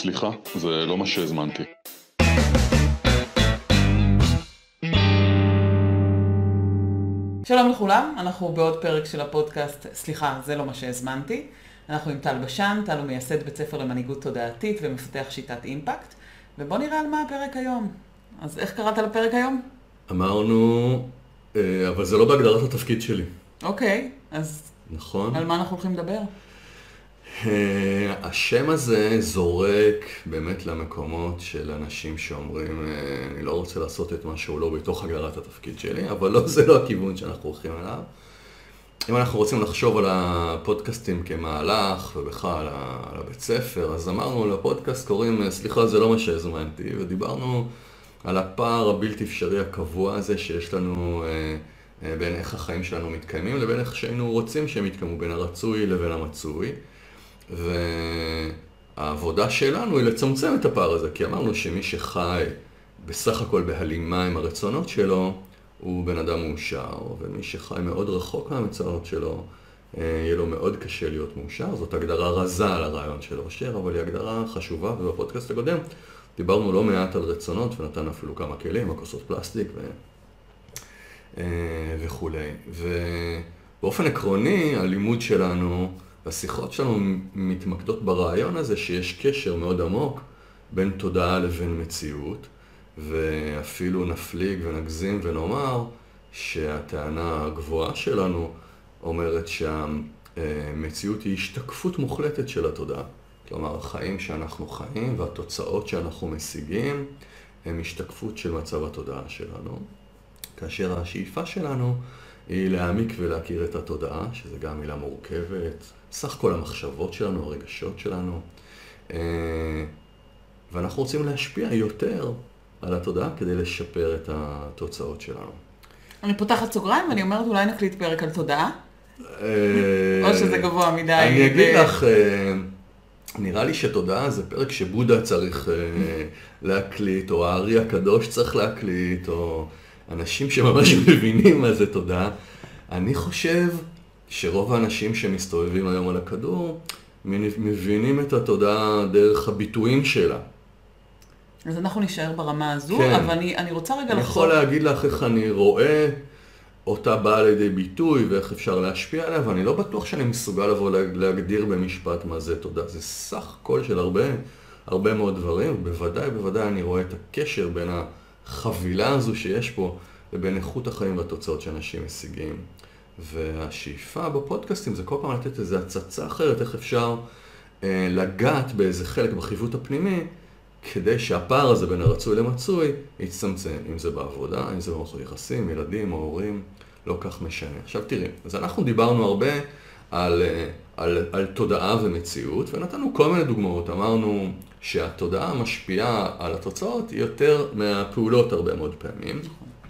סליחה, זה לא מה שהזמנתי. שלום לכולם, אנחנו בעוד פרק של הפודקאסט, סליחה, זה לא מה שהזמנתי. אנחנו עם טל בשן, טל הוא מייסד בית ספר למנהיגות תודעתית ומפתח שיטת אימפקט. ובוא נראה על מה הפרק היום. אז איך קראת לפרק היום? אמרנו, אבל זה לא בהגדרת התפקיד שלי. אוקיי, אז נכון. על מה אנחנו הולכים לדבר? השם הזה זורק באמת למקומות של אנשים שאומרים, אני לא רוצה לעשות את מה שהוא לא בתוך הגדרת התפקיד שלי, אבל לא, זה לא הכיוון שאנחנו הולכים אליו. אם אנחנו רוצים לחשוב על הפודקאסטים כמהלך ובכלל על הבית ספר, אז אמרנו לפודקאסט קוראים, סליחה, זה לא מה שהזמנתי, ודיברנו על הפער הבלתי אפשרי הקבוע הזה שיש לנו בין איך החיים שלנו מתקיימים לבין איך שהיינו רוצים שהם יתקיימו, בין הרצוי לבין המצוי. והעבודה שלנו היא לצמצם את הפער הזה, כי אמרנו שמי שחי בסך הכל בהלימה עם הרצונות שלו, הוא בן אדם מאושר, ומי שחי מאוד רחוק מהמצונות שלו, יהיה לו מאוד קשה להיות מאושר. זאת הגדרה רזה על הרעיון של אושר, אבל היא הגדרה חשובה, ובפודקאסט הקודם דיברנו לא מעט על רצונות, ונתן אפילו כמה כלים, הכוסות פלסטיק וכו'. ובאופן עקרוני, הלימוד שלנו, השיחות שלנו מתמקדות ברעיון הזה שיש קשר מאוד עמוק בין תודעה לבין מציאות, ואפילו נפליג ונגזים ונאמר שהטענה הגבוהה שלנו אומרת שהמציאות היא השתקפות מוחלטת של התודעה. כלומר, החיים שאנחנו חיים והתוצאות שאנחנו משיגים הם השתקפות של מצב התודעה שלנו, כאשר השאיפה שלנו היא להעמיק ולהכיר את התודעה, שזה גם מילה מורכבת, סך כל המחשבות שלנו, הרגשות שלנו, ואנחנו רוצים להשפיע יותר על התודעה כדי לשפר את התוצאות שלנו. אני פותחת סוגריים ואני אומרת אולי נקליט פרק על תודעה? או שזה גבוה מדי? אני אגיד לך, נראה לי שתודעה זה פרק שבודה צריך להקליט, או הארי הקדוש צריך להקליט, או אנשים שממש מבינים מה זה תודעה. אני חושב שרוב האנשים שמסתובבים היום על הכדור מבינים את התודעה דרך הביטויים שלה. אז אנחנו נשאר ברמה הזו, כן. אבל אני רוצה רגע אני יכול להגיד לך איך אני רואה אותה באה לידי ביטוי ואיך אפשר להשפיע עליה, ואני לא בטוח שאני מסוגל לבוא להגדיר במשפט מה זה תודעה. זה סך הכל של הרבה מאוד דברים, בוודאי אני רואה את הקשר בין החבילה הזו שיש פה לבין איכות החיים והתוצאות שאנשים משיגים. והשאיפה בפודקאסטים זה כל פעם לתת איזו הצצה אחרת, איך אפשר לגעת באיזה חלק בחיווט הפנימי, כדי שהפער הזה בין הרצוי למצוי יצטמצם, אם זה בעבודה, אם זה במערכות יחסים, ילדים או הורים, לא כך משנה. עכשיו תראי, אז אנחנו דיברנו הרבה על תודעה ומציאות, ונתנו כל מיני דוגמאות. אמרנו שהתודעה משפיעה על התוצאות יותר מהפעולות הרבה מאוד פעמים.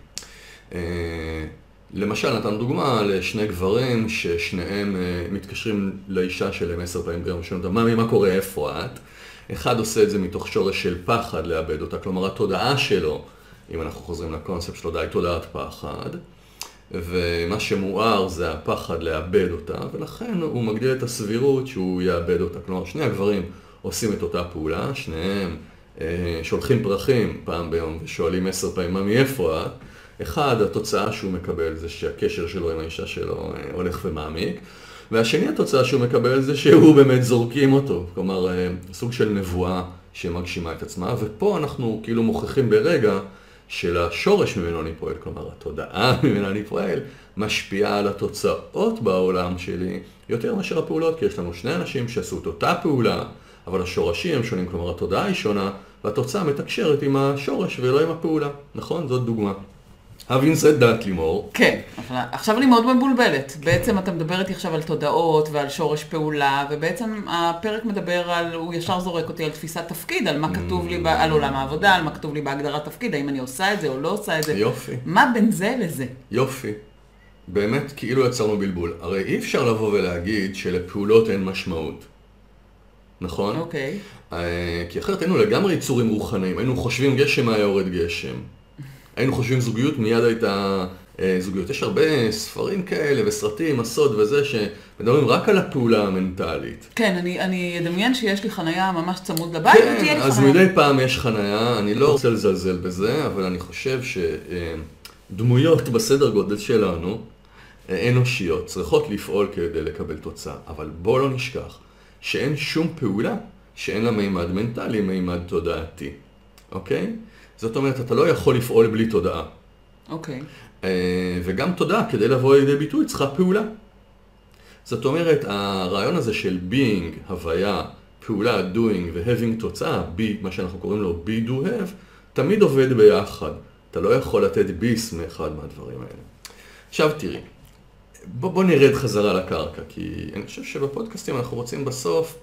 למשל, נתנו דוגמה לשני גברים ששניהם מתקשרים לאישה שלהם 10 פעמים ביום ושואלים אותה, "ממי, מה קורה, איפה את?" אחד עושה את זה מתוך שורש של פחד לאבד אותה, כלומר התודעה שלו, אם אנחנו חוזרים לקונספט שלו, די תודעת פחד, ומה שמואר זה הפחד לאבד אותה, ולכן הוא מגדיל את הסבירות שהוא יאבד אותה. כלומר, שני הגברים עושים את אותה פעולה, שניהם שולחים פרחים פעם ביום ושואלים 10 פעמים, "ממי, איפה את?" אחד, התוצאה שהוא מקבל זה שהקשר שלו עם האישה שלו הולך ומעמיק, והשני, התוצאה שהוא מקבל זה שהוא באמת זורקים אותו, כלומר סוג של נבואה שמגשימה את עצמה, ופה אנחנו כאילו מוכיחים ברגע שלשורש ממנו אני פועל, כלומר התודעה ממנו אני פועל, משפיעה על התוצאות בעולם שלי יותר מאשר הפעולות, כי יש לנו שני אנשים שעשו את אותה פעולה, אבל השורשים הם שונים, כלומר התודעה היא שונה, והתוצאה מתקשרת עם השורש ולא עם הפעולה, נכון? זאת דוגמה. having said that, לימור. כן, אבל עכשיו אני מאוד מבולבלת. בעצם אתה מדבר איתי עכשיו על תודעות ועל שורש פעולה, ובעצם הפרק מדבר על, הוא ישר זורק אותי על תפיסת תפקיד, על מה כתוב לי, על עולם העבודה, על מה כתוב לי בהגדרת תפקיד, האם אני עושה את זה או לא עושה את זה. יופי. מה בין זה לזה? יופי. באמת כאילו יצרנו בלבול. הרי אי אפשר לבוא ולהגיד שלפעולות אין משמעות. נכון? אוקיי. כי אחרת היינו לגמרי יצורים רוחניים, היינו חושבים גשם היה יורד גשם. היינו חושבים זוגיות, מיד הייתה זוגיות. יש הרבה ספרים כאלה וסרטים, הסוד וזה, שמדברים רק על הפעולה המנטלית. כן, אני אדמיין שיש לי חנייה ממש צמוד לבית, ותהיה לי חנייה. אז מדי פעם יש חנייה, אני לא רוצה לזלזל בזה, אבל אני חושב שדמויות בסדר גודל שלנו, אנושיות, צריכות לפעול כדי לקבל תוצאה. אבל בואו לא נשכח שאין שום פעולה שאין לה מימד מנטלי, מימד תודעתי. אוקיי? זאת אומרת, אתה לא יכול לפעול בלי תודעה. אוקיי. וגם תודעה, כדי לבוא לידי ביטוי, צריכה פעולה. זאת אומרת, הרעיון הזה של being, הוויה, פעולה, doing ו-having תוצאה, be, מה שאנחנו קוראים לו be, do, have, תמיד עובד ביחד. אתה לא יכול לתת ביס מאחד מהדברים האלה. עכשיו תראי, בוא נרד חזרה לקרקע, כי אני חושב שבפודקאסטים אנחנו רוצים בסוף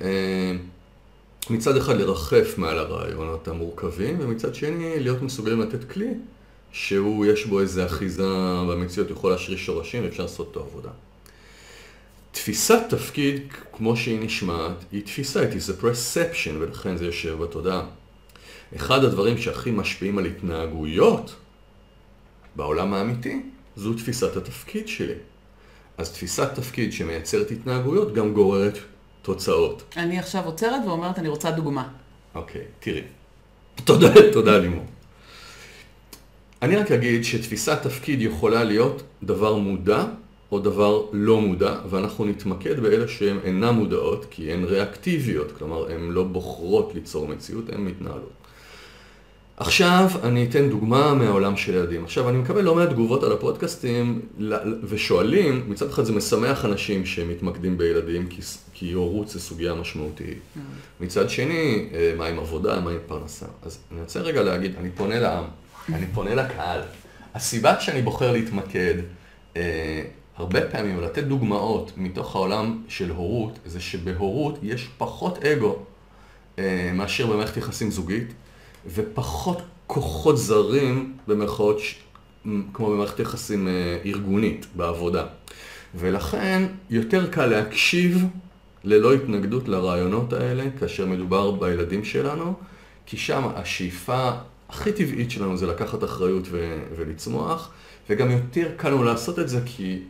מצד אחד לרחף מעל הרעיונות המורכבים, ומצד שני להיות מסוגלים לתת כלי שהוא יש בו איזה אחיזה במציאות, יכול להשריש שורשים ואפשר לעשות אותו עבודה. תפיסת תפקיד, כמו שהיא נשמעת, היא תפיסה, it is a perception, ולכן זה יושב בתודעה. אחד הדברים שהכי משפיעים על התנהגויות בעולם האמיתי, זו תפיסת התפקיד שלי. אז תפיסת תפקיד שמייצרת התנהגויות גם גוררת תוצאות. אני עכשיו עוצרת ואומרת, אני רוצה דוגמה. אוקיי, תראי. תודה לימור. אני רק אגיד שתפיסת תפקיד יכולה להיות דבר מודע או דבר לא מודע, ואנחנו נתמקד באלה שהן אינן מודעות, כי הן ריאקטיביות, כלומר הן לא בוחרות ליצור מציאות, הן מתנהלות. עכשיו אני אתן דוגמה מהעולם של ילדים. עכשיו אני מקבל לא מעט תגובות על הפודקאסטים ושואלים, מצד אחד זה משמח אנשים שמתמקדים בילדים, כי הורות זה סוגיה משמעותית. מצד שני, מה עם עבודה, מה עם פרנסה. אז אני רוצה רגע להגיד, אני פונה לעם, אני פונה לקהל. הסיבה שאני בוחר להתמקד הרבה פעמים ולתת דוגמאות מתוך העולם של הורות, זה שבהורות יש פחות אגו מאשר במערכת יחסים זוגית, ופחות כוחות זרים במרכאות כמו במערכת יחסים ארגונית בעבודה. ולכן יותר קל להקשיב ללא התנגדות לרעיונות האלה כאשר מדובר בילדים שלנו, כי שם השאיפה הכי טבעית שלנו זה לקחת אחריות ולצמוח, וגם יותר קל לנו לעשות את זה כי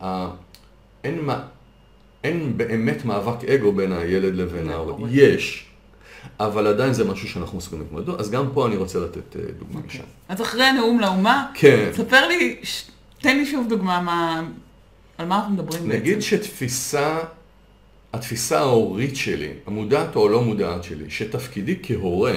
אין באמת מאבק אגו בין הילד לבין ההורים. יש. אבל עדיין זה משהו שאנחנו מסוגלים להתמודד. אז גם פה אני רוצה לתת דוגמה משם. אז אחרי הנאום לאומה, תספר לי, תן לי שוב דוגמה, על מה אנחנו מדברים בעצם. נגיד התפיסה ההורית שלי, המודעת או לא מודעת שלי, שתפקידי כהורה,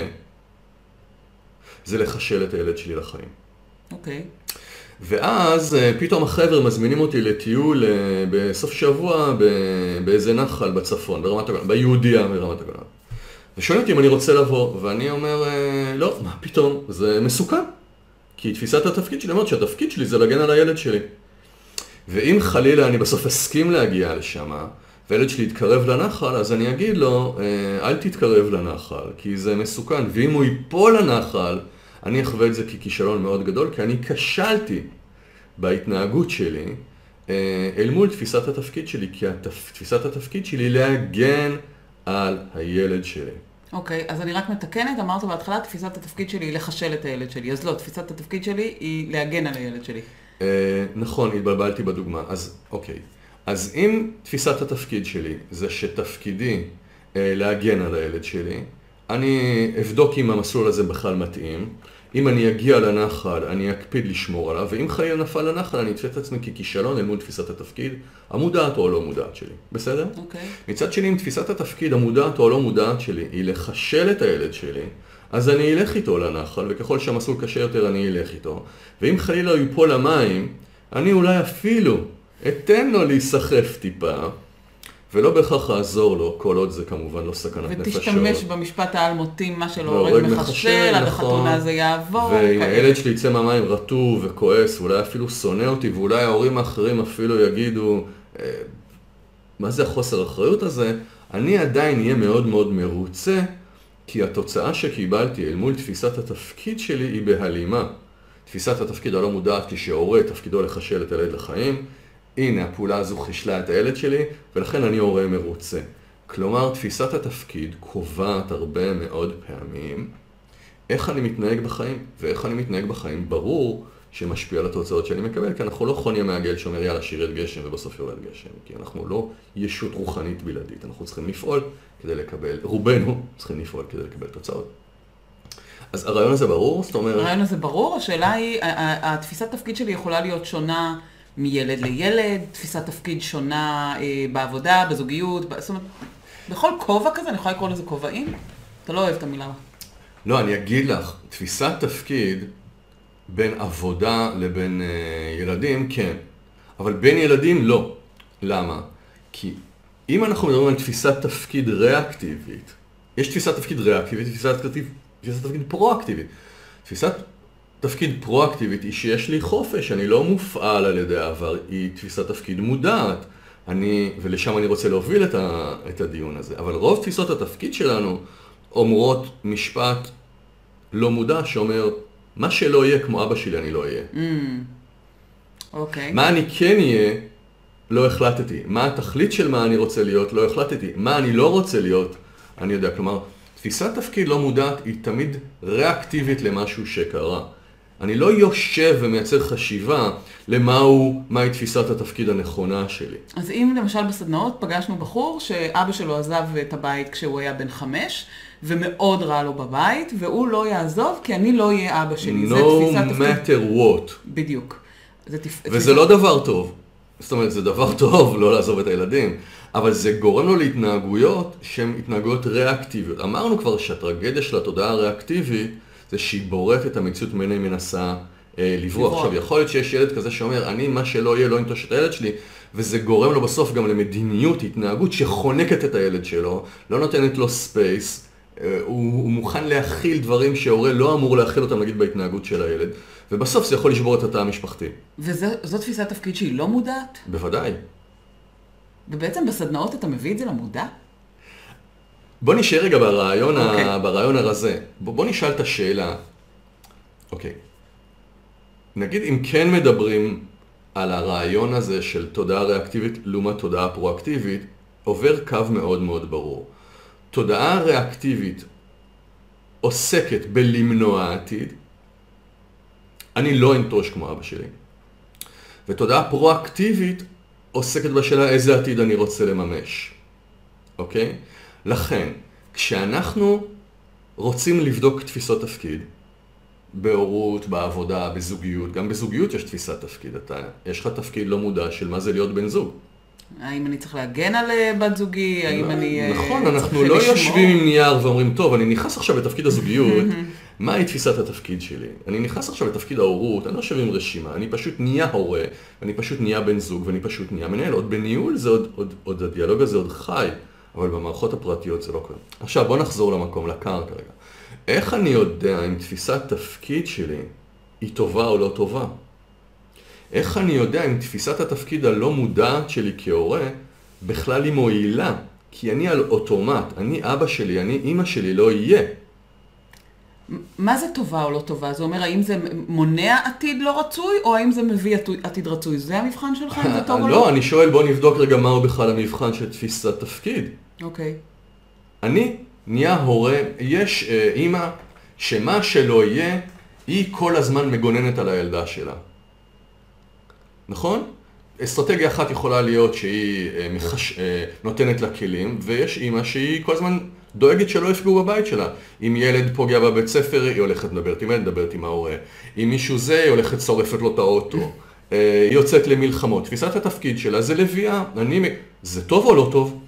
זה לחשל את הילד שלי לחיים. אוקיי. ואז פתאום החבר'ה מזמינים אותי לטיול בסוף שבוע באיזה נחל בצפון, ברמת הגולן, ביהודיה ברמת הגולן. ושואלים אותי אם אני רוצה לבוא, ואני אומר, לא, מה פתאום? זה מסוכן. כי תפיסת התפקיד שלי אומרת שהתפקיד שלי זה להגן על הילד שלי. ואם חלילה אני בסוף אסכים להגיע לשם, והילד שלי יתקרב לנחל, אז אני אגיד לו, אל תתקרב לנחל, כי זה מסוכן. ואם הוא ייפול לנחל, אני אחווה את זה ככישלון מאוד גדול, כי אני כשלתי בהתנהגות שלי, אל מול תפיסת התפקיד שלי, כי תפיסת התפקיד שלי להגן על הילד שלי. אוקיי, אז אני רק מתקנת, אמרת בהתחלה, תפיסת התפקיד שלי היא לחשל את הילד שלי. אז לא, תפיסת התפקיד שלי היא להגן על הילד שלי. נכון, התבלבלתי בדוגמה. אז אוקיי. אז אם תפיסת התפקיד שלי זה שתפקידי להגן על הילד שלי, אני אבדוק אם המסלול הזה בכלל מתאים. אם אני אגיע לנחל, אני אקפיד לשמור עליו, ואם חלילה נפל לנחל, אני אתפס את עצמי ככישלון אל מול תפיסת התפקיד, המודעת או לא מודעת שלי. בסדר? אוקיי. מצד שני, אם תפיסת התפקיד המודעת או לא מודעת שלי היא לחשל את הילד שלי, אז אני אלך איתו לנחל, וככל שהמסלול קשה יותר אני אלך איתו. ואם חלילה הוא ייפול למים, אני אולי אפילו אתן לו להיסחף טיפה, ולא בהכרח לעזור לו, כל עוד זה כמובן לא סכנת נפשות. ותשתמש במשפט האלמותי, מה שלא הורג מחשל, עד החתונה זה יעבור. ואם הילד שלי יצא מהמים רטוב וכועס, ואולי אפילו שונא אותי, ואולי ההורים האחרים אפילו יגידו, מה זה החוסר האחריות הזה? אני עדיין אהיה מאוד מאוד מרוצה, כי התוצאה שקיבלתי אל מול תפיסת התפקיד שלי היא בהלימה. תפיסת התפקיד הלא מודעת כשהורה תפקידו לחשל את הילד לחיים, הנה, הפעולה הזו חישלה את הילד שלי, ולכן אני הורה מרוצה. כלומר, תפיסת התפקיד קובעת הרבה מאוד פעמים איך אני מתנהג בחיים, ואיך אני מתנהג בחיים ברור שמשפיע על התוצאות שאני מקבל, כי אנחנו לא חוני המעגל שאומר יאללה שירד גשם ובסוף יורד גשם, כי אנחנו לא ישות רוחנית בלעדית, אנחנו צריכים לפעול כדי לקבל, רובנו צריכים לפעול כדי לקבל תוצאות. אז הרעיון הזה ברור? זאת אומרת... הרעיון הזה ברור, השאלה היא, התפיסת תפקיד שלי יכולה להיות שונה מילד לילד, תפיסת תפקיד שונה בעבודה, בזוגיות, זאת אומרת, בכל כובע כזה, אני יכולה לקרוא לזה כובעים? אתה לא אוהב את המילה. לא, אני אגיד לך, תפיסת תפקיד בין עבודה לבין ילדים, כן. אבל בין ילדים לא. למה? כי אם אנחנו מדברים על תפיסת תפקיד ריאקטיבית, יש תפיסת תפקיד ריאקטיבית, תפיסת תפקיד פרואקטיבית. תפיסת תפקיד פרואקטיבית היא שיש לי חופש, אני לא מופעל על ידי העבר, היא תפיסת תפקיד מודעת. ולשם אני רוצה להוביל את הדיון הזה. אבל רוב תפיסות התפקיד שלנו אומרות משפט לא מודע שאומר, מה שלא יהיה כמו אבא שלי אני לא אהיה. אוקיי. מה אני כן אהיה, לא החלטתי. מה התכלית של מה אני רוצה להיות, לא החלטתי. מה אני לא רוצה להיות, אני יודע. כלומר, תפיסת תפקיד לא מודעת היא תמיד ריאקטיבית למשהו שקרה. אני לא יושב ומייצר חשיבה מהי תפיסת התפקיד הנכונה שלי. אז אם למשל בסדנאות פגשנו בחור שאבא שלו עזב את הבית כשהוא היה בן 5, ומאוד רע לו בבית, והוא לא יעזוב כי אני לא אהיה אבא שלי. No matter what. בדיוק. וזה לא דבר טוב. זאת אומרת, זה דבר טוב לא לעזוב את הילדים, אבל זה גורם לו להתנהגויות שהן התנהגויות ריאקטיביות. אמרנו כבר שהטרגדיה של התודעה הריאקטיבית זה שהיא בוראת את המציאות ממנה היא מנסה לברוח. עכשיו, יכול להיות שיש ילד כזה שאומר, אני מה שלא יהיה לא אנטוש את הילד שלי, וזה גורם לו בסוף גם למדיניות, התנהגות שחונקת את הילד שלו, לא נותנת לו ספייס, הוא מוכן להכיל דברים שההורה לא אמור להכיל אותם, נגיד, בהתנהגות של הילד, ובסוף זה יכול לשבור את התא המשפחתי. וזו תפיסת תפקיד שהיא לא מודעת? בוודאי. ובעצם בסדנאות אתה מביא את זה למודע? בוא נשאר רגע ברעיון הרזה. בוא נשאל את השאלה. אוקיי. נגיד אם כן מדברים על הרעיון הזה של תודעה ריאקטיבית לעומת תודעה פרואקטיבית, עובר קו מאוד מאוד ברור. תודעה ריאקטיבית עוסקת בלמנוע העתיד. אני לא אנטוש כמו אבא שלי. ותודעה פרואקטיבית עוסקת בשאלה איזה עתיד אני רוצה לממש. אוקיי? לכן, כשאנחנו רוצים לבדוק תפיסות תפקיד, בהורות, בעבודה, בזוגיות, גם בזוגיות יש תפיסת תפקיד. יש לך תפקיד לא מודע של מה זה להיות בן זוג. האם אני צריך להגן על בת זוגי? האם אני נכון, אנחנו לא יושבים עם נייר ואומרים, טוב, אני נכנס עכשיו לתפקיד הזוגיות, מהי תפיסת התפקיד שלי? אני נכנס עכשיו לתפקיד ההורות, אני לא יושב עם רשימה, אני פשוט נהיה הורה, אני פשוט נהיה בן זוג, ואני פשוט נהיה מנהל. עוד בניהול זה עוד הדיאלוג הזה עוד חי, אבל במערכות הפרטיות זה לא קורה. עכשיו, בוא נחזור למקום, לקרקע רגע. איך אני יודע אם תפיסת תפקיד שלי היא טובה או לא טובה? איך אני יודע אם תפיסת התפקיד הלא מודעת שלי כהורה בכלל היא מועילה? כי אני על אוטומט, אני אבא שלי, אני אמא שלי לא יהיה. מה זה טובה או לא טובה? זה אומר, האם זה מונע עתיד לא רצוי, או האם זה מביא עתיד רצוי? זה המבחן שלך, אם זה טוב או לא? לא, אני שואל, בוא נבדוק רגע מהו בכלל המבחן של תפיסת תפקיד. אוקיי. אני נהיה הורה, יש אמא שמה שלא יהיה, היא כל הזמן מגוננת על הילדה שלה. נכון? אסטרטגיה אחת יכולה להיות שהיא נותנת לה כלים, ויש אמא שהיא כל הזמן דואגת שלא יפגעו בבית שלה. אם ילד פוגע בבית ספר, היא הולכת לדברת עם ילד, מדברת עם ההורה. אם מישהו זה, היא הולכת שורפת לו את האוטו. היא יוצאת למלחמות. תפיסת התפקיד שלה זה לביאה. זה טוב או לא טוב?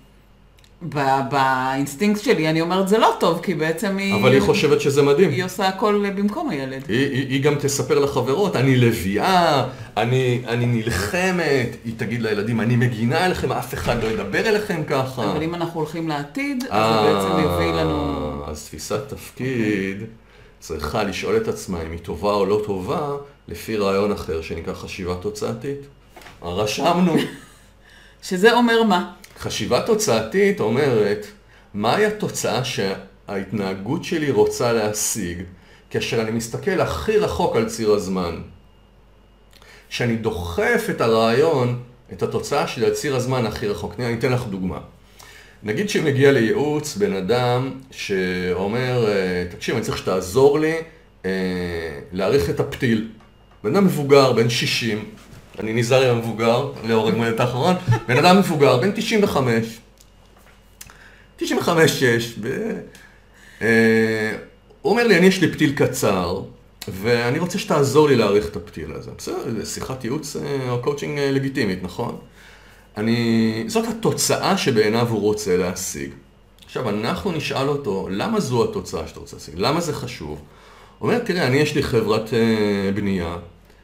באינסטינקט שלי אני אומרת זה לא טוב, כי בעצם היא... אבל היא חושבת שזה מדהים. היא עושה הכל במקום הילד. היא גם תספר לחברות, אני לביאה, אני נלחמת, היא תגיד לילדים, אני מגינה אליכם, אף אחד לא ידבר אליכם ככה. אבל אם אנחנו הולכים לעתיד, אז זה בעצם יביא לנו... אז תפיסת תפקיד צריכה לשאול את עצמה אם היא טובה או לא טובה, לפי רעיון אחר שנקרא חשיבה תוצאתית. רשמנו. שזה אומר מה? חשיבה תוצאתית אומרת, מהי התוצאה שההתנהגות שלי רוצה להשיג, כאשר אני מסתכל הכי רחוק על ציר הזמן. שאני דוחף את הרעיון, את התוצאה שלי על ציר הזמן הכי רחוק. אני אתן לך דוגמה. נגיד שמגיע לייעוץ בן אדם שאומר, תקשיב, אני צריך שתעזור לי להעריך את הפתיל. בן אדם מבוגר, בן 60, אני נזהר עם המבוגר, להורג מולדת האחרון, בן אדם מבוגר, בן 95, 95-6, הוא אומר לי, יש לי פתיל קצר, ואני רוצה שתעזור לי להעריך את הפתיל הזה. בסדר, שיחת ייעוץ או קואוצ'ינג לגיטימית, נכון? זאת התוצאה שבעיניו הוא רוצה להשיג. עכשיו, אנחנו נשאל אותו, למה זו התוצאה שאתה רוצה להשיג? למה זה חשוב? הוא אומר, תראה, יש לי חברת בנייה,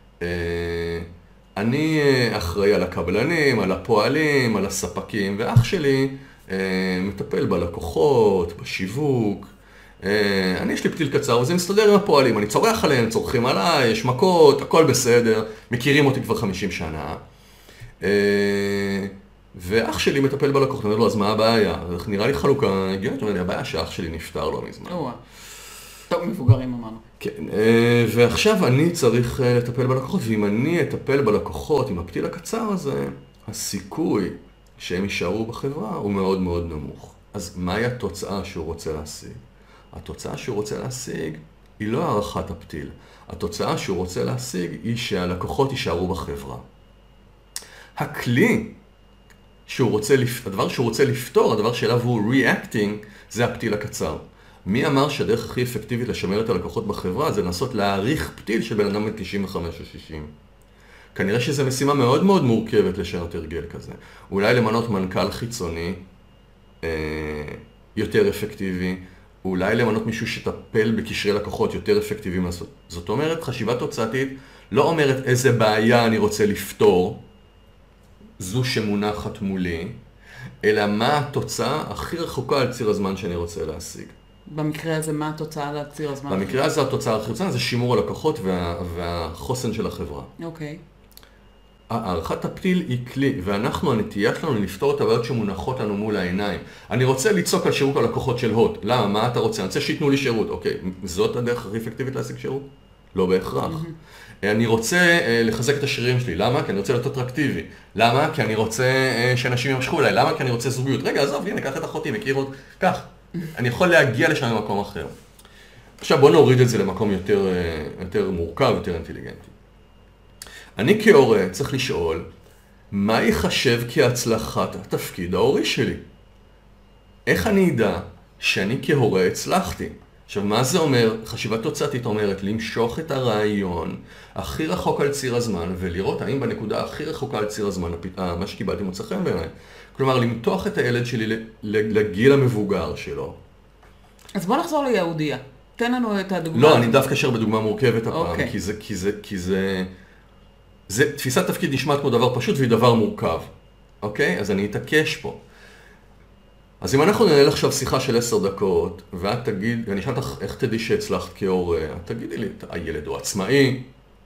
אני אחראי על הקבלנים, על הפועלים, על הספקים, ואח שלי מטפל בלקוחות, בשיווק. יש לי פתיל קצר, וזה מסתדר עם הפועלים. אני צורח עליהם, צורכים עליי, יש מכות, הכל בסדר. מכירים אותי כבר 50 שנה. ואח שלי מטפל בלקוחות. אני אומר לו, אז מה הבעיה? נראה לי חלוקה הגיונית. אומר לי, הבעיה שאח שלי נפטר לא מזמן. טוב, מבוגרים אמרנו. כן, ועכשיו אני צריך לטפל בלקוחות, ואם אני אטפל בלקוחות עם הפתיל הקצר הזה, הסיכוי שהם יישארו בחברה הוא מאוד מאוד נמוך. אז מהי התוצאה שהוא רוצה להשיג? התוצאה שהוא רוצה להשיג היא לא הערכת הפתיל. התוצאה שהוא רוצה להשיג היא שהלקוחות יישארו בחברה. הכלי הדבר שהוא רוצה לפתור, הדבר שאליו הוא reacting, זה הפתיל הקצר. מי אמר שהדרך הכי אפקטיבית לשמר את הלקוחות בחברה זה לנסות להעריך פתיל של בן אדם בן 95 או 60? כנראה שזו משימה מאוד מאוד מורכבת לשנות הרגל כזה. אולי למנות מנכ"ל חיצוני יותר אפקטיבי, אולי למנות מישהו שטפל בקשרי לקוחות יותר אפקטיביים לעשות. זאת אומרת, חשיבה תוצאתית לא אומרת איזה בעיה אני רוצה לפתור, זו שמונחת מולי, אלא מה התוצאה הכי רחוקה על ציר הזמן שאני רוצה להשיג. במקרה הזה, מה התוצאה על ציר הזמן? במקרה הזה, התוצאה הכי רצונה זה שימור הלקוחות והחוסן של החברה. אוקיי. הערכת הפתיל היא כלי, ואנחנו, הנטייה שלנו לפתור את הבעיות שמונחות לנו מול העיניים. אני רוצה לצעוק על שירות הלקוחות של הוט. למה? מה אתה רוצה? אני רוצה שיתנו לי שירות. אוקיי, זאת הדרך הכי אפקטיבית להשיג שירות? לא בהכרח. אני רוצה לחזק את השרירים שלי. למה? כי אני רוצה להיות אטרקטיבי. למה? כי אני רוצה שאנשים ימשכו אליי. למה? כי אני רוצה זוגיות. רגע, עזוב, הנה, קח את אחותי, מכיר עוד. כך. אני יכול להגיע לשם למקום אחר. עכשיו, בוא נוריד את זה למקום יותר מורכב, יותר אינטליגנטי. אני כהורה צריך לשאול, מה ייחשב כהצלחת התפקיד ההורי שלי? איך אני אדע שאני כהורה הצלחתי? עכשיו, מה זה אומר? חשיבה תוצאתית אומרת למשוך את הרעיון הכי רחוק על ציר הזמן, ולראות האם בנקודה הכי רחוקה על ציר הזמן, מה שקיבלתי מוצא חן בעיניי. כלומר, למתוח את הילד שלי לגיל המבוגר שלו. אז בוא נחזור ליהודיה. תן לנו את הדוגמה. לא, אני דווקא אשר בדוגמה מורכבת הפעם, כי תפיסת תפקיד נשמעת כמו דבר פשוט והיא דבר מורכב. אוקיי? אז אני אתעקש פה. אז אם אנחנו ננהל עכשיו שיחה של 10 דקות, ואת תגיד, ואני אשאל אותך איך תדעי שהצלחת כהורה, את תגידי לי, הילד הוא עצמאי.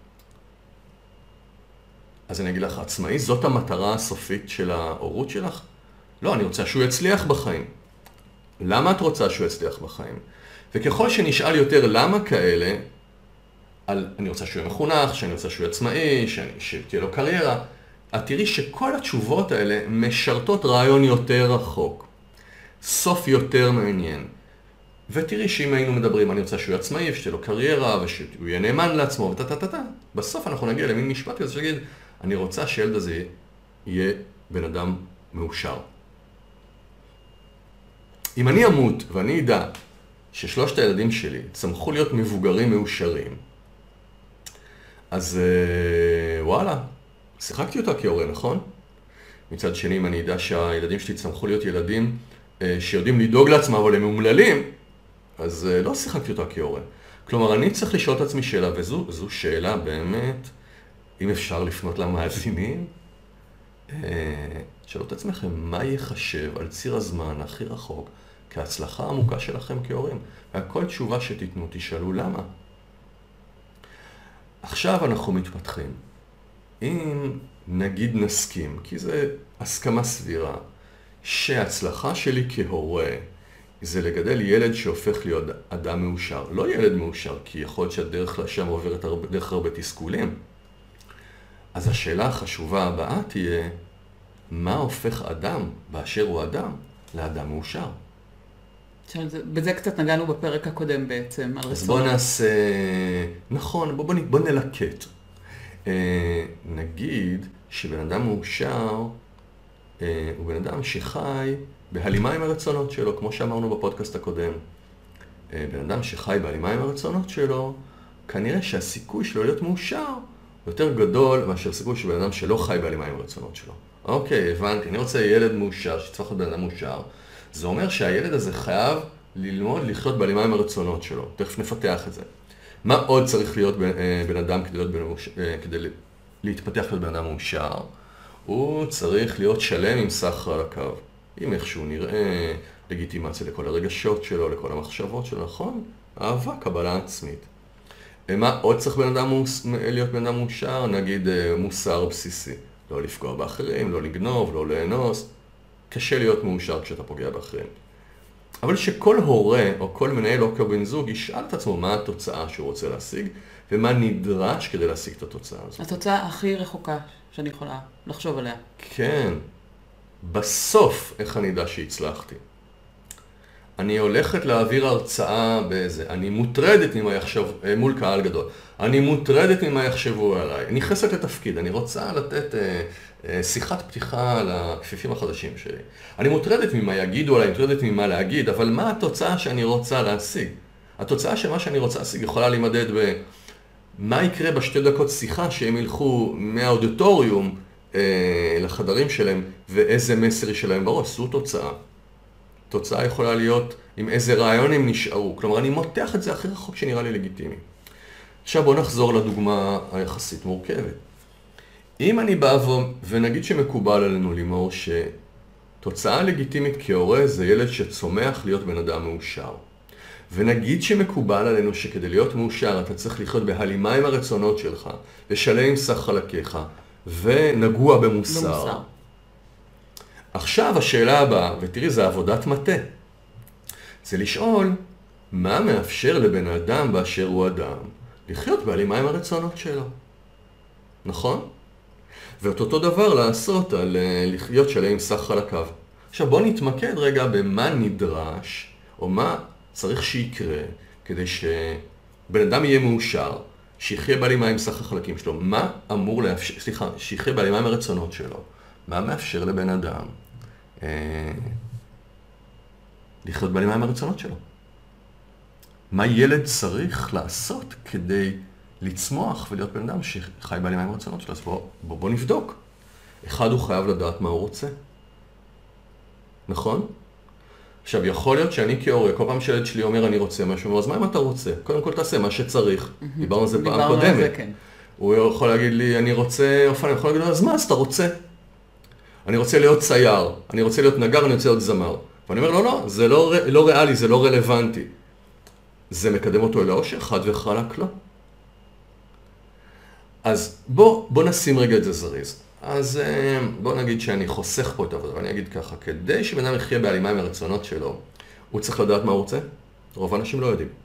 אז אני אגיד לך, עצמאי, זאת המטרה הסופית של ההורות שלך? לא, אני רוצה שהוא יצליח בחיים. למה את רוצה שהוא יצליח בחיים? וככל שנשאל יותר למה כאלה, אני רוצה שהוא יהיה מחונך, שאני רוצה שהוא יהיה עצמאי, שתהיה לו קריירה, את תראי שכל התשובות האלה משרתות רעיון יותר רחוק. סוף יותר מעניין. ותראי שאם היינו מדברים, אני רוצה שהוא יהיה עצמאי, ושתהיה לו קריירה, ושהוא יהיה נאמן לעצמו, וטטטטטט. בסוף אנחנו נגיע למין משפט כזה שגיד, אני רוצה שהילד הזה יהיה בן אדם מאושר. אם אני אמות ואני אדע ששלושת הילדים שלי צמחו להיות מבוגרים מאושרים, אז וואלה, שיחקתי אותה כהורה, נכון? מצד שני, אם אני אדע שהילדים שלי צמחו להיות ילדים שיודעים לדאוג לעצמם, אבל הם מאומללים, אז לא שיחקתי אותה כהורה. כלומר, אני צריך לשאול את עצמי שאלה, וזו שאלה באמת, אם אפשר לפנות למאזינים, שאלו את עצמכם, מה יחשב על ציר הזמן הכי רחוק כהצלחה עמוקה שלכם כהורים? והכל תשובה שתיתנו, תשאלו למה. עכשיו אנחנו מתפתחים. אם נגיד נסכים, כי זה הסכמה סבירה, שההצלחה שלי כהורה זה לגדל ילד שהופך להיות אדם מאושר. לא ילד מאושר, כי יכול להיות שהדרך לשם עוברת דרך הרבה תסכולים. אז השאלה החשובה הבאה תהיה, מה הופך אדם באשר הוא אדם לאדם מאושר? בזה קצת נגענו בפרק הקודם בעצם, על רצון. אז בוא נעשה, נכון, בוא נלקט. נגיד שבן אדם מאושר הוא בן אדם שחי בהלימה עם הרצונות שלו, כמו שאמרנו בפודקאסט הקודם. בן אדם שחי בהלימה עם הרצונות שלו, כנראה שהסיכוי שלו להיות מאושר יותר גדול מאשר סיכוי של בן אדם שלא חי בהלימה עם הרצונות שלו. אוקיי, הבנתי, אני רוצה ילד מאושר, שצריך להיות בן אדם מאושר. זה אומר שהילד הזה חייב ללמוד לחיות בהלימה עם הרצונות שלו. תכף נפתח את זה. מה עוד צריך להיות בן אדם כדי להתפתח להיות בן אדם מאושר? הוא צריך להיות שלם עם סך על הקו. עם איך שהוא נראה, לגיטימציה לכל הרגשות שלו, לכל המחשבות שלו, נכון? אהבה, קבלה עצמית. מה עוד צריך להיות בן אדם מאושר? נגיד מוסר בסיסי. לא לפגוע באחרים, לא לגנוב, לא לאנוס. קשה להיות מאושר כשאתה פוגע באחרים. אבל שכל הורה או כל מנהל או כל בן זוג ישאל את עצמו מה התוצאה שהוא רוצה להשיג, ומה נדרש כדי להשיג את התוצאה הזאת. התוצאה הכי רחוקה שאני יכולה לחשוב עליה. כן. בסוף, איך אני יודע שהצלחתי? אני הולכת להעביר הרצאה באיזה, אני מוטרדת ממה יחשב, מול קהל גדול. אני מוטרדת ממה יחשבו עליי. אני נכנסת לתפקיד, אני רוצה לתת שיחת פתיחה לכפיפים החדשים שלי. אני מוטרדת ממה יגידו עליי, מוטרדת ממה להגיד, אבל מה התוצאה שאני רוצה להשיג? התוצאה שמה שאני רוצה להשיג יכולה להימדד מה יקרה בשתי דקות שיחה שהם ילכו מהאודיטוריום לחדרים שלהם ואיזה מסר יש שלהם בראש. זו תוצאה. תוצאה יכולה להיות עם איזה רעיון הם נשארו. כלומר, אני מותח את זה הכי רחוק שנראה לי לגיטימי. עכשיו בואו נחזור לדוגמה היחסית מורכבת. אם אני בא ונגיד שמקובל עלינו לימור שתוצאה לגיטימית כהורה זה ילד שצומח להיות בן אדם מאושר. ונגיד שמקובל עלינו שכדי להיות מאושר אתה צריך לחיות בהלימה עם הרצונות שלך, ושלם עם סך חלקיך, ונגוע במוסר. עכשיו השאלה הבאה, ותראי זה עבודת מטה, זה לשאול מה מאפשר לבן אדם באשר הוא אדם לחיות בהלימה עם הרצונות שלו. נכון? ואת אותו דבר לעשות על לחיות שלם עם סך חלקיו. עכשיו בוא נתמקד רגע במה נדרש, או מה צריך שיקרה כדי שבן אדם יהיה מאושר, שיחיה בהלימה עם סך החלקים שלו. מה אמור לאפשר, שיחיה בהלימה עם הרצונות שלו. מה מאפשר לבן אדם לחיות בהלימה עם הרצונות שלו? מה ילד צריך לעשות כדי לצמוח ולהיות בן אדם שחי בהלימה עם הרצונות שלו? אז בוא נבדוק. אחד, הוא חייב לדעת מה הוא רוצה. נכון? עכשיו, יכול להיות שאני כהורה, כל פעם שילד שלי אומר אני רוצה משהו, אז מה אם אתה רוצה? קודם כל תעשה מה שצריך. דיברנו על זה פעם קודמת. הוא יכול להגיד לי, אני רוצה אופניים, יכול להגיד לי, אז מה, אז אתה רוצה? אני רוצה להיות צייר, אני רוצה להיות נגר, אני רוצה להיות זמר. ואני אומר, לא, זה לא ריאלי, זה לא רלוונטי. זה מקדם אותו אל האושר, חד וחלק לא. אז בוא נשים רגע את זה זריז. אז בוא נגיד שאני חוסך פה את העבודה, ואני אגיד ככה, כדי שבן אדם יחיה בהלימה עם הרצונות שלו, הוא צריך לדעת מה הוא רוצה? רוב האנשים לא יודעים.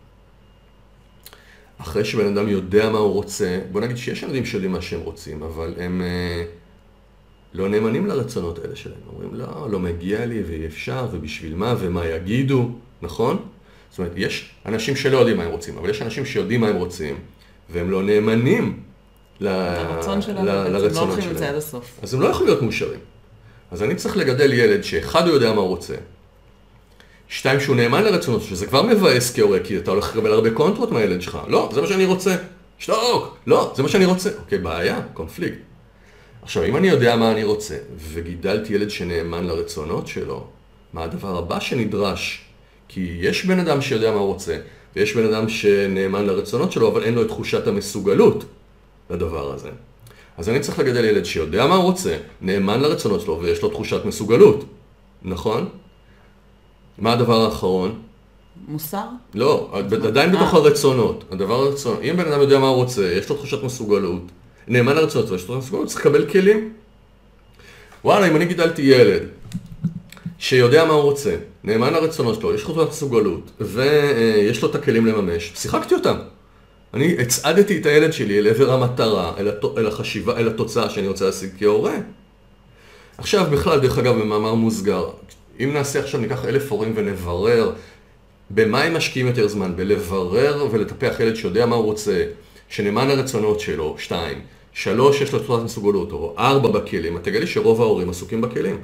אחרי שבן אדם יודע מה הוא רוצה, בוא נגיד שיש ילדים שיודעים מה שהם רוצים, אבל הם לא נאמנים לרצונות האלה שלהם. אומרים, לא מגיע לי ואי אפשר, ובשביל מה, ומה יגידו, נכון? זאת אומרת, יש אנשים שלא יודעים מה הם רוצים, אבל יש אנשים שיודעים מה הם רוצים, והם לא נאמנים לרצון שלהם. לא הולכים את זה עד הסוף. אז הם לא יכולים להיות מאושרים. אז אני צריך לגדל ילד שאחד הוא יודע מה הוא רוצה, שתיים שהוא נאמן לרצונות, שזה כבר מבאס כהורה, כי אתה הולך לקבל הרבה קונטרות מהילד שלך. לא, זה מה שאני רוצה. שתוק, לא, זה מה שאני רוצה. אוקיי, בעיה, קונפליקט. עכשיו, אם אני יודע מה אני רוצה, וגידלתי ילד שנאמן לרצונות שלו, מה הדבר הבא שנדרש? כי יש בן אדם שיודע מה הוא רוצה, ויש בן אדם שנאמן לרצונות שלו, אבל אין לו את תחושת המסוגלות לדבר הזה. אז אני צריך לגדל ילד שיודע מה הוא רוצה, נאמן לרצונות שלו, ויש לו תחושת מסוגלות. נכון? מה הדבר האחרון? מוסר? לא, עדיין בתוך הרצונות. הדבר הרצונות, אם בן אדם יודע מה הוא רוצה, יש לו תחושת מסוגלות, נאמן לרצונות שלו, יש לו תחושת מסוגלות, צריך לקבל כלים. וואלה, אם אני גידלתי ילד שיודע מה הוא רוצה, נאמן לרצונות שלו, יש לו תחושת מסוגלות, ויש לו את הכלים לממש, שיחקתי אותם. אני הצעדתי את הילד שלי אל עבר המטרה, אל החשיבה, אל התוצאה שאני רוצה להשיג כהורה. עכשיו בכלל, דרך אגב, במאמר מוסגר, אם נעשה עכשיו, ניקח 1,000 הורים ונברר במה הם משקיעים יותר זמן, בלברר ולטפח ילד שיודע מה הוא רוצה, שנאמן לרצונות שלו, 2, 3 יש לו תוצאת מסוגלות, או 4 בכלים, את תגלי שרוב ההורים עסוקים בכלים.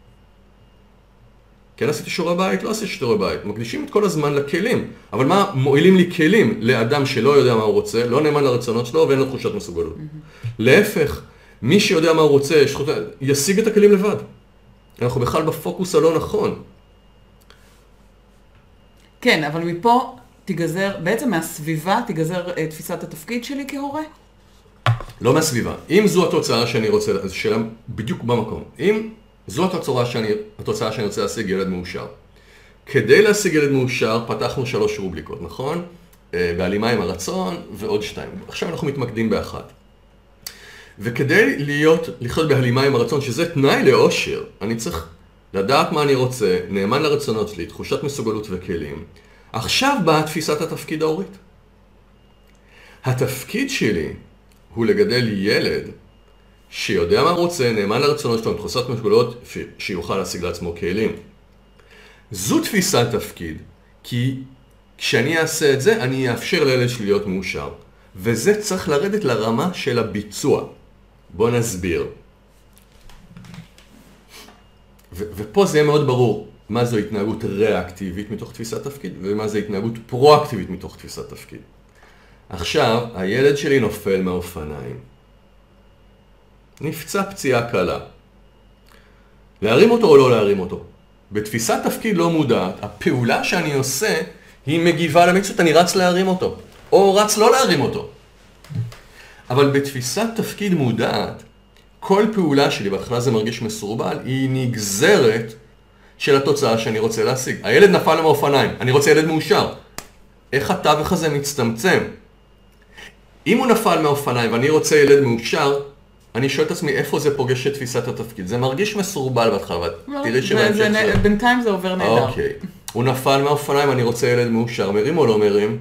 כן עשיתי שיעורי בית? לא עשיתי שיעורי בית. מקדישים את כל הזמן לכלים. אבל מה מועילים לי כלים לאדם שלא יודע מה הוא רוצה, לא נאמן לרצונות שלו ואין לו תחושת מסוגלות. להפך, מי שיודע מה הוא רוצה, ישיג את הכלים לבד. אנחנו בכלל בפוקוס הלא נכון. כן, אבל מפה תיגזר, בעצם מהסביבה תיגזר תפיסת התפקיד שלי כהורה? לא מהסביבה. אם זו התוצאה שאני רוצה, אז שאלה בדיוק במקום. אם זו התוצאה שאני רוצה להשיג ילד מאושר. כדי להשיג ילד מאושר פתחנו 3 רובליקות, נכון? בהלימה עם הרצון ועוד 2. עכשיו אנחנו מתמקדים באחת. וכדי לחיות בהלימה עם הרצון, שזה תנאי לאושר, אני צריך לדעת מה אני רוצה, נאמן לרצונות שלי, תחושת מסוגלות וכלים. עכשיו באה תפיסת התפקיד ההורית. התפקיד שלי הוא לגדל ילד שיודע מה רוצה, נאמן לרצונות שלו, עם תחושת מסוגלות שיוכל להשיג לעצמו כלים. זו תפיסת תפקיד, כי כשאני אעשה את זה, אני אאפשר לילד שלי להיות מאושר. וזה צריך לרדת לרמה של הביצוע. בוא נסביר. ופה זה יהיה מאוד ברור מה זו התנהגות ריאקטיבית מתוך תפיסת תפקיד, ומה זו התנהגות פרואקטיבית מתוך תפיסת תפקיד. עכשיו, הילד שלי נופל מהאופניים. נפצע פציעה קלה. להרים אותו או לא להרים אותו? בתפיסת תפקיד לא מודעת, הפעולה שאני עושה היא מגיבה למציאות, אני רץ להרים אותו, או רץ לא להרים אותו. אבל בתפיסת תפקיד מודעת, כל פעולה שלי, בהתחלה זה מרגיש מסורבל, היא נגזרת של התוצאה שאני רוצה להשיג. הילד נפל מהאופניים, אני רוצה ילד מאושר. איך התווך הזה מצטמצם? אם הוא נפל מהאופניים ואני רוצה ילד מאושר, אני שואל את עצמי איפה זה פוגש את תפיסת התפקיד. זה מרגיש מסורבל בהתחלה, תראי שבהמשך זה... בינתיים זה עובר נהדר. אוקיי. הוא נפל מהאופניים, אני רוצה ילד מאושר. מרים או לא מרים?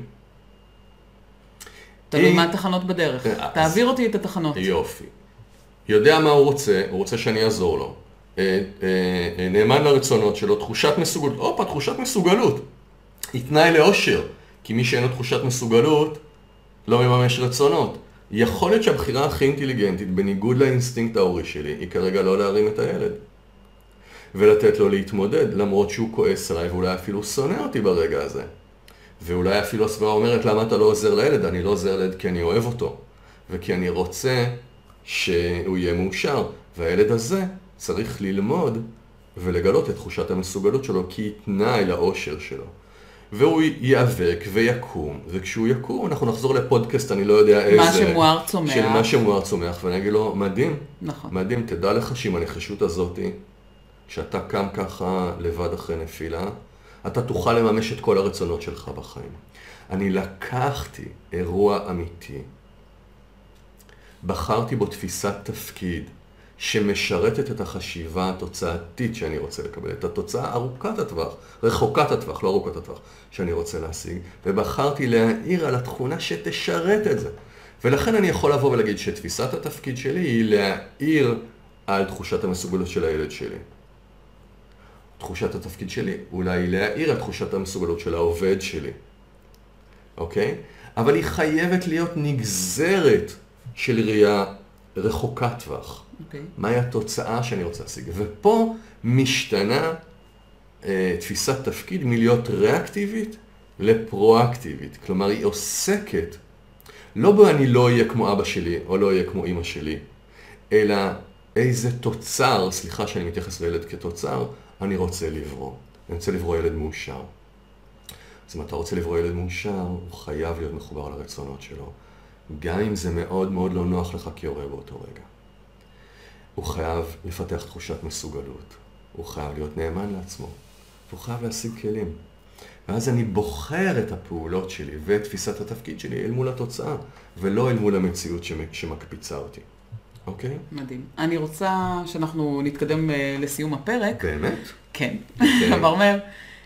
תלוי מה התחנות בדרך. תעביר אותי את התחנות. יופי. יודע מה הוא רוצה שאני אעזור לו. נאמן לרצונות שלו, תחושת מסוגלות. תחושת מסוגלות. היא תנאי לאושר. כי מי שאין לו תחושת מסוגלות, לא מממש רצונות. יכול להיות שהבחירה הכי אינטליגנטית, בניגוד לאינסטינקט ההורי שלי, היא כרגע לא להרים את הילד. ולתת לו להתמודד, למרות שהוא כועס עליי, ואולי אפילו שונא אותי ברגע הזה. ואולי אפילו הסביבה אומרת, למה אתה לא עוזר לילד? אני לא עוזר לילד כי אני אוהב אותו. וכי אני רוצה שהוא יהיה מאושר. והילד הזה צריך ללמוד ולגלות את תחושת המסוגלות שלו, כי היא תנאי לאושר שלו. והוא ייאבק ויקום, וכשהוא יקום אנחנו נחזור לפודקאסט, אני לא יודע איזה... מה שמואר צומח. של מה שמואר צומח, ואני אגיד לו, מדהים, נכון. מדהים, תדע לך שעם הנחישות הזאת, כשאתה קם ככה לבד אחרי נפילה, אתה תוכל לממש את כל הרצונות שלך בחיים. אני לקחתי אירוע אמיתי, בחרתי בו תפיסת תפקיד, שמשרתת את החשיבה התוצאתית שאני רוצה לקבל, את התוצאה ארוכת הטווח, רחוקת הטווח, לא ארוכת הטווח, שאני רוצה להשיג, ובחרתי להעיר על התכונה שתשרת את זה. ולכן אני יכול לבוא ולהגיד שתפיסת התפקיד שלי היא להעיר על תחושת המסוגלות של הילד שלי. תחושת התפקיד שלי אולי היא להעיר על תחושת המסוגלות של העובד שלי. אוקיי? אבל היא חייבת להיות נגזרת של ראייה רחוקת טווח. אוקיי. מהי התוצאה שאני רוצה להשיג? ופה משתנה תפיסת תפקיד מלהיות ריאקטיבית לפרואקטיבית. כלומר, היא עוסקת, לא בו אני לא אהיה כמו אבא שלי או לא אהיה כמו אמא שלי, אלא איזה תוצר, סליחה שאני מתייחס לילד כתוצר, אני רוצה לברוא. אני רוצה לברוא ילד מאושר. אז אם אתה רוצה לברוא ילד מאושר, הוא חייב להיות מחובר לרצונות שלו. גם אם זה מאוד מאוד לא נוח לך כהורה באותו רגע. הוא חייב לפתח תחושת מסוגלות. הוא חייב להיות נאמן לעצמו. הוא חייב להשיג כלים. ואז אני בוחר את הפעולות שלי ואת תפיסת התפקיד שלי אל מול התוצאה, ולא אל מול המציאות שמקפיצה אותי. אוקיי? מדהים. אני רוצה שאנחנו נתקדם לסיום הפרק. באמת? כן. אוקיי. ברמר,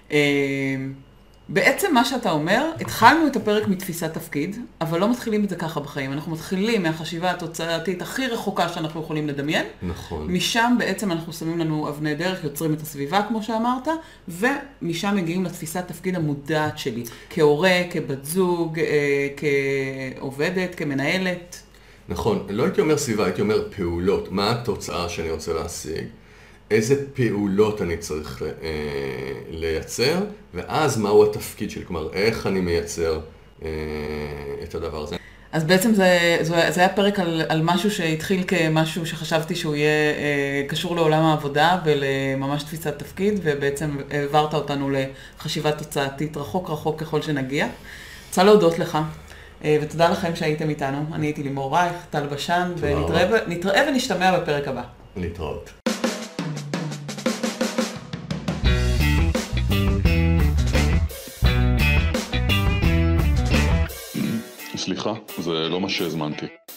בעצם מה שאתה אומר, התחלנו את הפרק מתפיסת תפקיד, אבל לא מתחילים את זה ככה בחיים. אנחנו מתחילים מהחשיבה התוצאתית הכי רחוקה שאנחנו יכולים לדמיין. נכון. משם בעצם אנחנו שמים לנו אבני דרך, יוצרים את הסביבה כמו שאמרת, ומשם מגיעים לתפיסת תפקיד המודעת שלי, כהורה, כבת זוג, כעובדת, כמנהלת. נכון, לא הייתי אומר סביבה, הייתי אומר פעולות. מה התוצאה שאני רוצה להשיג? איזה פעולות אני צריך לייצר, ואז מהו התפקיד שלי, כלומר, איך אני מייצר את הדבר הזה. אז בעצם זה היה פרק על משהו שהתחיל כמשהו שחשבתי שהוא יהיה קשור לעולם העבודה ולממש תפיסת תפקיד, ובעצם העברת אותנו לחשיבה תוצאתית רחוק רחוק ככל שנגיע. רוצה להודות לך, ותודה לכם שהייתם איתנו. אני הייתי לימור רייך, טל בשן, ונתראה ונשתמע בפרק הבא. להתראות. סליחה, זה לא מה שהזמנתי.